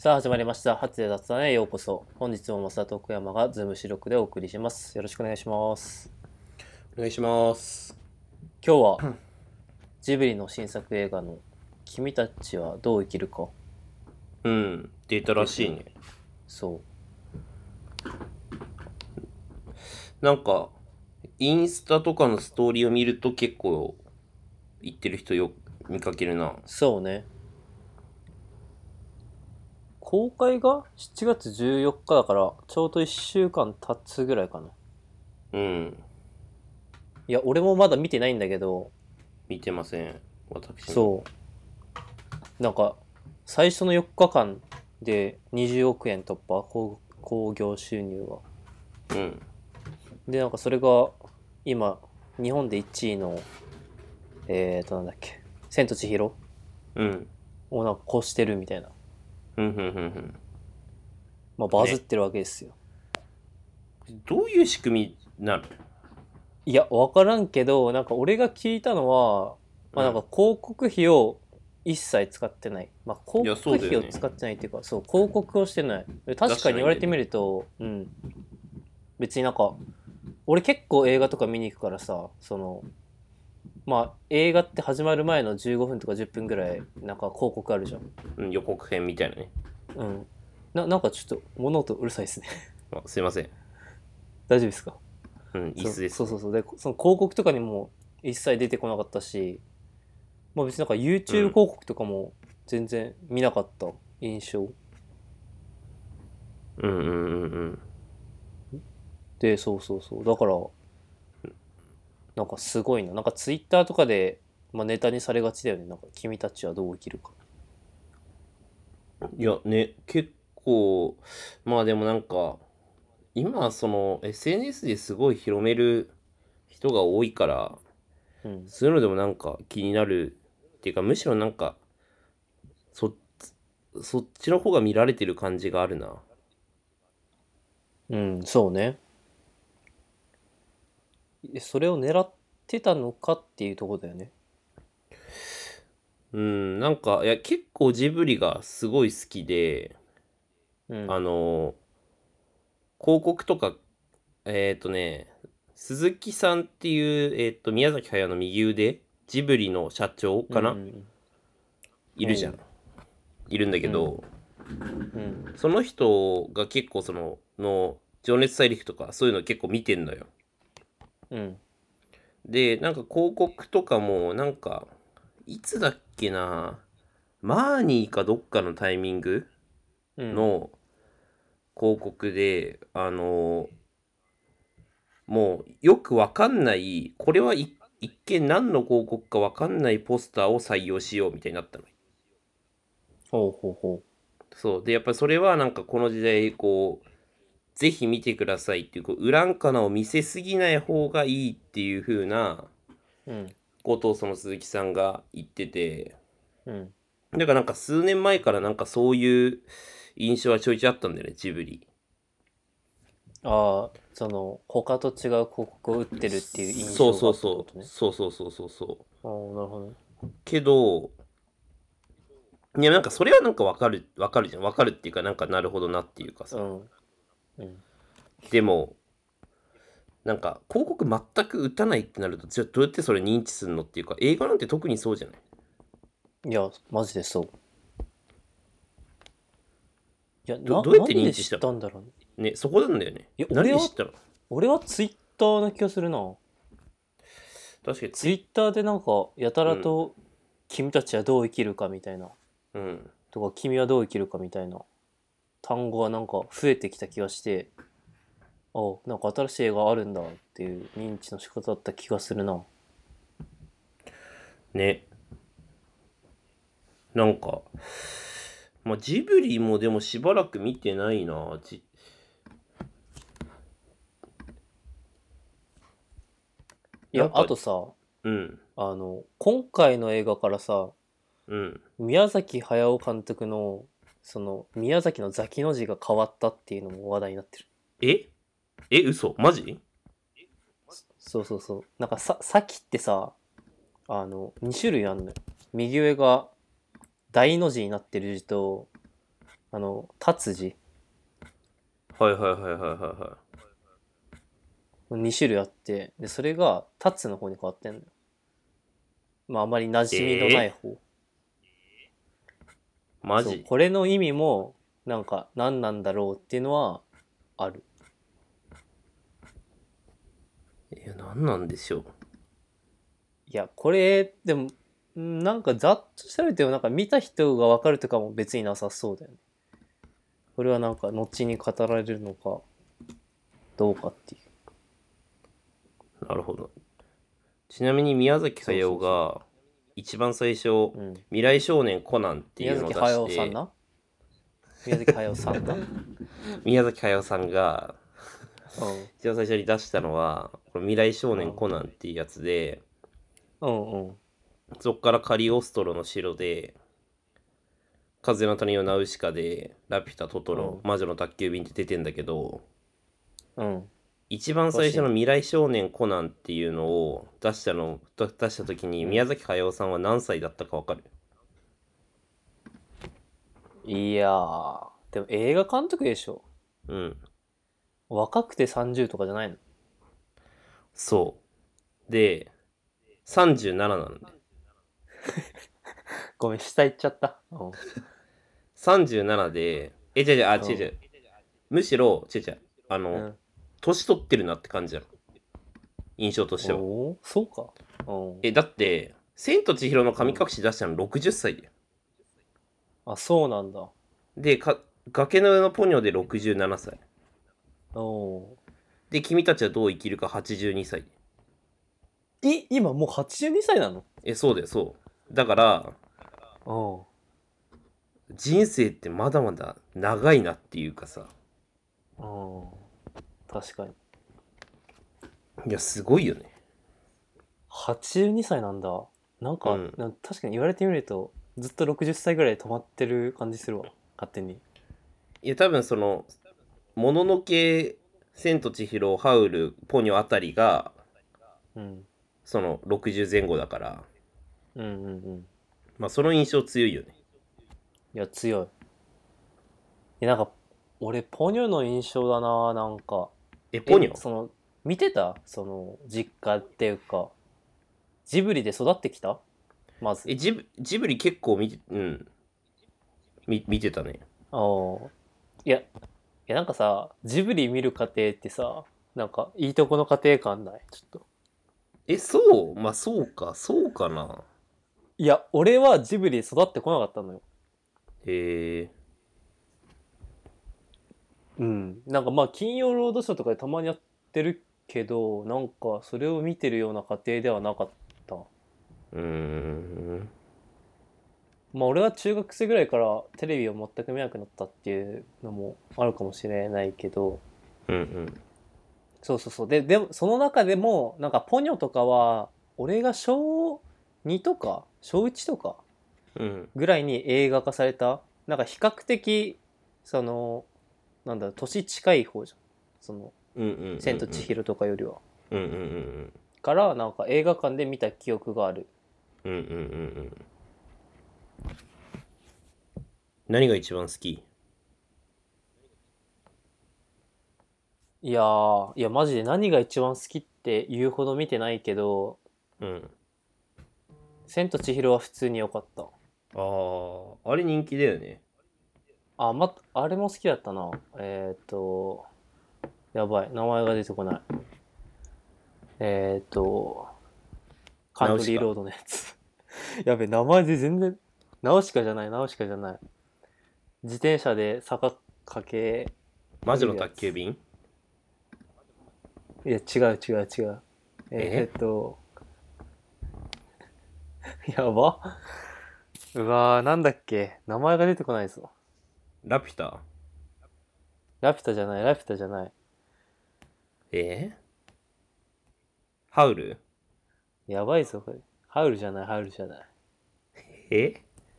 さあ始まりました。初で雑談へようこそ。本日も増田と奥山がズーム収録でお送りします。よろしくお願いします。 お願いします。 今日はジブリの新作映画の君たちはどう生きるかうん、データらしいね。 そなんか、インスタとかのストーリーを見ると結構言ってる人よく見かけるな。 そうね。公開が7月14日だからちょうど1週間経つぐらいかな。 うん、 いや、俺もまだ見てないんだけど、 見てません。私も。 なんか最初の4日間で20億円突破、興行収入が。 うん、 で、なんかそれが今、日本で1位の、なんだっけ、千と千尋うん、 をなんか越してるみたいな。 うん、うん、うん。 まあバズっね。 てるわけですよ。 どういう仕組みなの？ いや、わからんけど、なんか俺が聞いたのは、まあなんうん。 か広告費を一切使ってない。まあいや、 広告そうだよね。 費を使ってないっていうか、そう、広告をしてない。 出確してないんだよね。 かに言われてみると、別になんか、俺結構映画とか見に行くからさ、まあ映画って始まる前の15分とか10分ぐらい、なんか広告あるじゃん。 うん、予告編みたいなね。 うん。なんかちょっと物音うるさいですね。 あ、すいません。 大丈夫ですか？ うん、椅子です。 そう。で、その広告とかにも一切出てこなかったし、まあ別になんか YouTube 広うん、 告とかも全然見なかった印象うん、うん、うん、うん。 で、そう。だから、なんかすごいな。なんか Twitter とかで、まあネタにされがちだよね。なんか君たちはどう生きるか。 いや、ね、結構、まあでもなんか、今その SNS ですごい広める人が多いから、 うん。 そういうのでもなんか気になるっていうか、むしろなんかそそっちの方が見られてる感じがあるな。 うん、そうね。それを狙ってたのかっていうところだよね。 うん、なんかいや結構ジブリがすごい好きで、 うん。 あの広告とか、鈴木さんっていう、宮崎駿の右腕ジブリの社長うんかな、いうん。 るじゃん。 おう。 いるんだけうん。 ど、 うん。 その人が結構情熱大陸とかそういうの結構見てんのよ。 うん。 で、なんか広告とかも、なんか、いつだっけな、マーニーかどっかのタイミングうん。 の広告で、もうよくわかんない、これ一見何の広告かわかんないポスターを採用しようみたいになったの。 ほう。 そう。で、やっぱりそれはなんかこの時代、こう、ぜひ見てくださいっていう、こう、ウランカナを見せすぎない方がいいっていう風なうん。 ことをその鈴木さんが言ってて、 うん。 だからなんか数年前からなんかそういう印象はちょいちょいあったんだよね、ジブリ。 ああ、他と違う広告を打ってるっていう印そう象があそうそう。 ったってことね。 そうそうそうそうそう。 ああ、なるほどね。 けど、いやなんかそれはなんかわかるじゃん。わかるっていうかなんかなるほどなっていうかさ。 うん。うん。 でも、なんか広告全く打たないってなると、じゃあどうやってそれ認知するのっていうか、映画なんて特にそうじゃない？ いや、マジでそう。いや、 どうやってなんで知っ認知したの？ たんだろうね。 ね、そこなんだよね。 いや、 何で知ったの？ 俺はツイッターな気がするな。 確かにツイッターでなんか、やたうん、 らと、君たちはどう生きるかみたいな、 うん。 とか、君はどう生きるかみたいな単語がなんか増えてきた気がして、なんか新しい映画あるんだっていう認知の仕方だった気がするな。 ね。なんか、まあ、ジブリもでもしばらく見てないな。 いや、 なんか、 あとさ、 うん、 今回の映画からさ、 うん。 宮崎駿監督の、宮崎のザキの字が変わったっていうのも話題になってる。 え嘘マジ？ そう。なんかさきってさ、2種類あんのよ。右上が大の字になってる字と、 達治はいはいはいはいはいは 2種類あって、で、それが達の方に変わってんのよ。まあ、あまり馴い。 染みのない方。そう、 マジ？ これの意味も、なんか、何なんだろうっていうのは、ある。 何なんでしょう。 いや、これ、でも、なんかざっと調べても、なんか見た人がわかるとかも別になさそうだよね。これはなんか、後に語られるのか、どうかっていう。 なるほど。ちなみに宮崎駿そうそうそが一番最初、 う。うん。 未来少年コナンっていうのを出宮崎して、 駿さんな。宮崎駿さんな。 宮崎駿さんがうん。 一番最初に出したのは、この未来少年うん。 コナンっていうやつで、 うんうん。 そっからカリオストロの城で、風の谷のナウシカで、ラピュタ、トトロ、 うん。 魔女の宅急便って出てんだけど、 うん。 一番最初の詳しいね。 未来少年コナンっていうのを出した時にうん。 宮崎駿さんは何歳だったかわかる？ いやー、でも映画監督でしょ。 うん。 若くて30とかじゃないの？ そう。で、37なんで。 ごめん、下行っちゃった。うん。 37で、違う違う。むしろ、違う違う。 うん。 年取ってるなって感じだろ。印象としては。 おお、そうか。うん。 だって、千と千尋の神うん。 隠し出したの60歳だよ。 あ、そうなんだ。 で、崖の上のポニョで67歳。 おお。 で、君たちはどう生きるか82歳。 今もう82歳なの？ そうだよ、そう。だから、 うん。 人生ってまだまだ長いなっていうかさ。 うん。確かに。 いや、すごいよね。 82歳なんだ。なんか、 うん。 確かに言われてみると、ずっと60歳ぐらいで止まってる感じするわ。勝手に。 いや、多分もののけ、千と千尋、ハウル、ポニョあたりが、 うん。 60前後だから、 うんうんうん。 まあその印象強いよね。 いや、強い。なんか、俺、ポニョの印象だな、なんか。 ポニョ？ 見てた実家っていうか、ジブリで育ってきたまず。 ジブリ結構見てたね。 ああ。なんかさ、ジブリ見る過程ってさ、なんか、いいとこの家庭感ないちょっと。 そうまあそうか、そうかな。 いや、俺はジブリで育ってこなかったのよ。 へえ、 うん。なんかまあ、金曜ロードショーとかでたまにやってるけど、なんか、それを見てるような家庭ではなかった。 うーん、 まあ、俺は中学生ぐらいからテレビを全く見なくなったっていうのもあるかもしれないけど、 うんうん、 そうそうそう。でも、その中でも、なんか、ポニョとかは、俺が小2とか、小1とかうん、 ぐらいに映画化された、なんか比較的、その、なんだろう、年近い方じゃん。 うんうんうんうん千と千尋とかよりは。 うんうんうんから、なんか映画館で見た記憶がある。 うんうんうんうん。何が一番好き？ いや、マジで何が一番好きって言うほど見てないけど、 うん。 千と千尋は普通に良かった。 あれ人気だよね。 あれも好きだったな。やばい、名前が出てこない。カントナウシカ。 リーロードのやつ。やべ、名前で全然、ナウシカじゃない、ナウシカじゃない。自転車で坂駆け魔女の下りるやつ。 宅急便？ いや、違う違う違う。 えやば。うわー、なんだっけ。名前が出てこないぞ。 ラピュタ？ ラピュタじゃない、ラピュタじゃない。 えハウル？ やばいぞ、これ。ハウルじゃない、ハウルじゃない。 え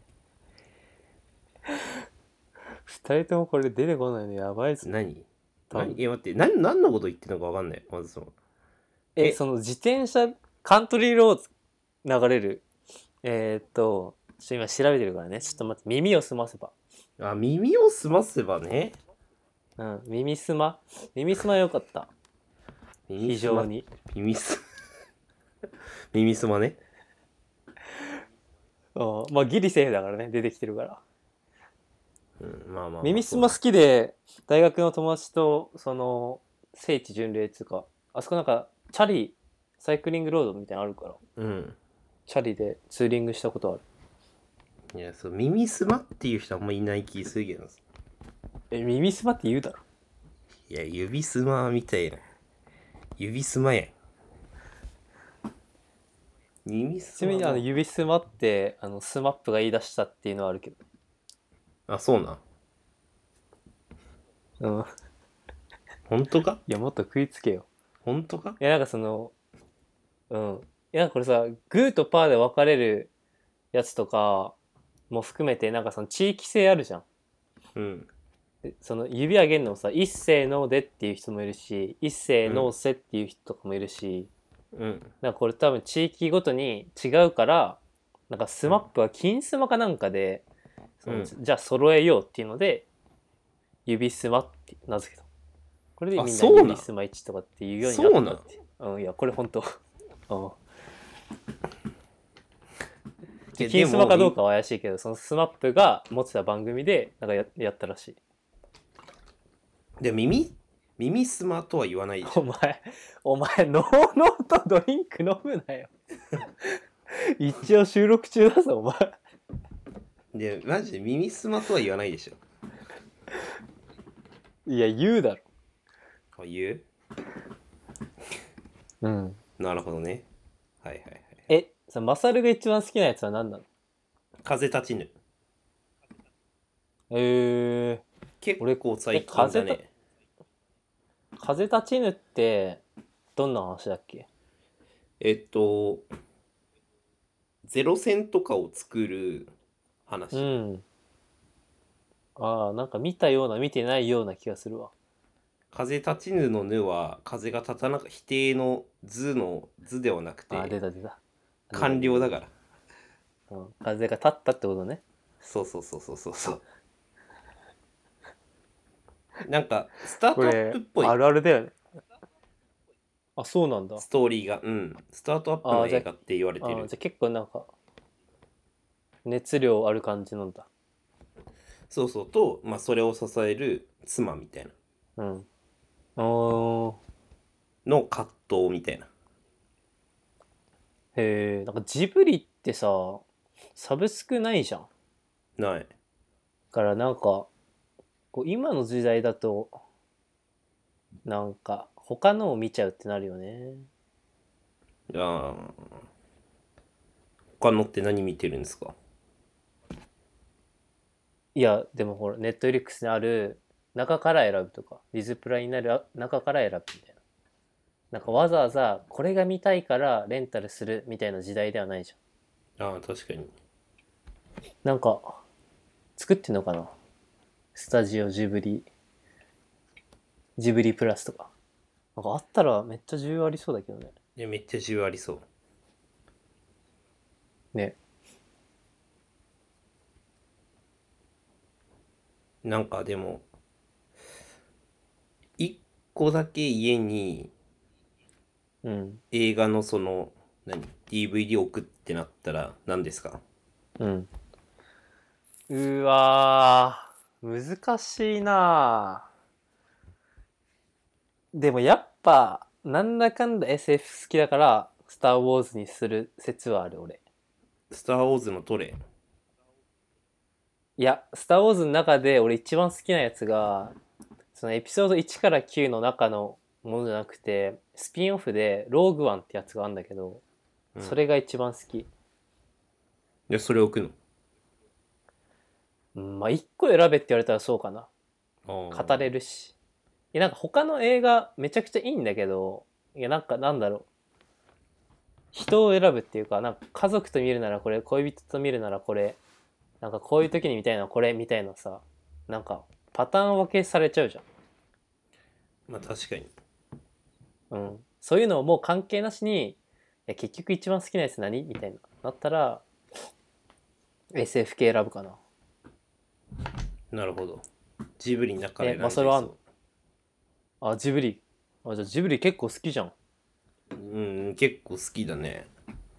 二人ともこれ出てこないのやばいぞ。 何多分。 待って、何のこと言ってるのかわかんない。まずえ自転車、カントリーロード流れる。ちょっと今調べてるからね。ちょっと待って、耳を澄ませば。 あ、耳をすませばね。 うん、耳すま良かった。 耳すま非常に。 耳す耳すまね。 まあギリセーフだからね、出てきてるから。 うん、まあまあまあ耳すま好きで、大学の友達と、その、聖地巡礼っていうか、あそこなんか、チャリ、サイクリングロードみたいなのあるから、 うん。 チャリでツーリングしたことある。 いや、そう、耳すまっていう人あんまいない気するけど。 耳すまって言うだろ。 いや、指すまみたいな。指すまやん。耳すまちなみにの。 指すまって、スマップが言い出したっていうのはあるけど。 あ、そうなん。 うん。 本当か？ いや、もっと食いつけよ。 本当か？ いや、なんかその、うん。いや、これさ、グーとパーで分かれるやつとかも含めて、なんかその地域性あるじゃん。 うん。 でその指上げるのもさ、一斉のでっていう人もいるし、一斉のせっていう人とかもいるし、 うん。 なんかこれ多分地域ごとに違うから、なんかスマップは金スマかなんかで、そのじゃあ揃えようっていうので、指スマって名付けた。これであ、 みんなそうなん。 指スマ1とかっていうようになそうなん。 ったって。うん、いや、これ本当。うん。金スマかどうかは怪しいけど、そのスマップが持ってた番組でなんかやったらしい。 で、耳すまとは言わないでしょ。 お前、ノーノーとドリンク飲むなよ。一応収録中だぞ、お前。 で、マジで耳すまとは言わないでしょ。 いや、言うだろ。 あ、言う？ うん。 なるほどね。はいはいはい。 マサルが一番好きなやつは何なの？ 風立ちぬ。 え結俺、 構最近だね。 風立ちぬって、どんな話だっけ？ えっと、ゼロ戦とかを作るう話。 ん。ああ、なんか見たような、見てないような気がするわ。 風立ちぬのぬは風が立たなか否定の図の図ではなくああ、 て出た。 完了だから。 うん。風が立ったってことね。 そうそうそうそうそうそう。なんかスタートアップこれ、 っぽいあるあるだよね。あ、そうなんだ。 ストーリーが、うん、スタートアップああ、 の映画って言われてる。 じゃあ結構なんか、熱量ある感じなんだ。 そうそうと、まあそれを支える妻みたいなうん。ああ、 の葛藤みたいな。 へえ、なんかジブリってさ、サブスクないじゃん。だない。 からなんか、こう今の時代だと、なんか、他のを見ちゃうってなるよね。 いやー、他のって何見てるんですか？ いや、でもほら、ネットフリックスにある中から選ぶとか、ディズプラになる中から選ぶみたいな。なんかわざわざこれが見たいからレンタルするみたいな時代ではないじああ、確かに。 ゃん。なんか、作ってんのかな？スタジオジブリプラスとか。なんかあったらめっちゃ需要ありそうだけどね。 いや、めっちゃ需要ありそう。 ね。 なんかでも一個だけ家にうん。 映画のDVD 置くってなったら何ですか？ うん。うわー、難しいなぁ。でもやっぱ、なんだかんだ SF 好きだから、スター・ウォーズにする説はある、俺。 スター・ウォーズのトレいや、スター・ウォーズの中で俺一番好きなやつが、そのエピソード1から9の中のものじゃなくて、スピンオフでローグワンってやつがあるんだけど、 うん。 それが一番好き。 で、それ置くの？ うん、まあ1個選べって言われたらそうかな。 あ語れあ。 るし。いや、なんか他の映画めちゃくちゃいいんだけど、いや、なんかなんだろう。人を選ぶっていうか、なんか家族と見るならこれ、恋人と見るならこれ、なんかこういう時に見たいのはこれみたいなさ、なんかパターン分けされちゃうじゃん。 まあ確かに。 うん。そういうのをもう関係なしに、いや結局一番好きなやつ何みたいな。なったら、SF 系選ぶかな。 なるほど。ジブリの中から選んじゃいまあそれはそジブリ。じゃあジブリ結構好きじゃん。 う。うん、結構好きだね。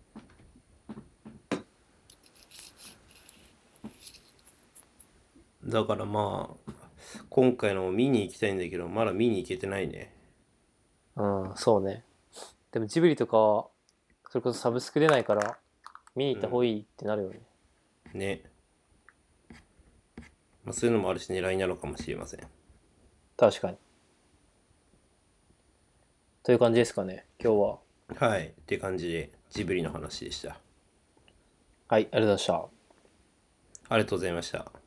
だからまあ、今回のも見に行きたいんだけど、まだ見に行けてないね。 うん、そうね。でもジブリとかは、それこそサブスク出ないから、見に行った方がいいってなるよね。 ね。まあ、そういうのもあるし狙いなのかもしれません。 確かに。という感じですかね、今日は。 はい。って感じで、ジブリの話でした。 はい、ありがとうございました。 ありがとうございました。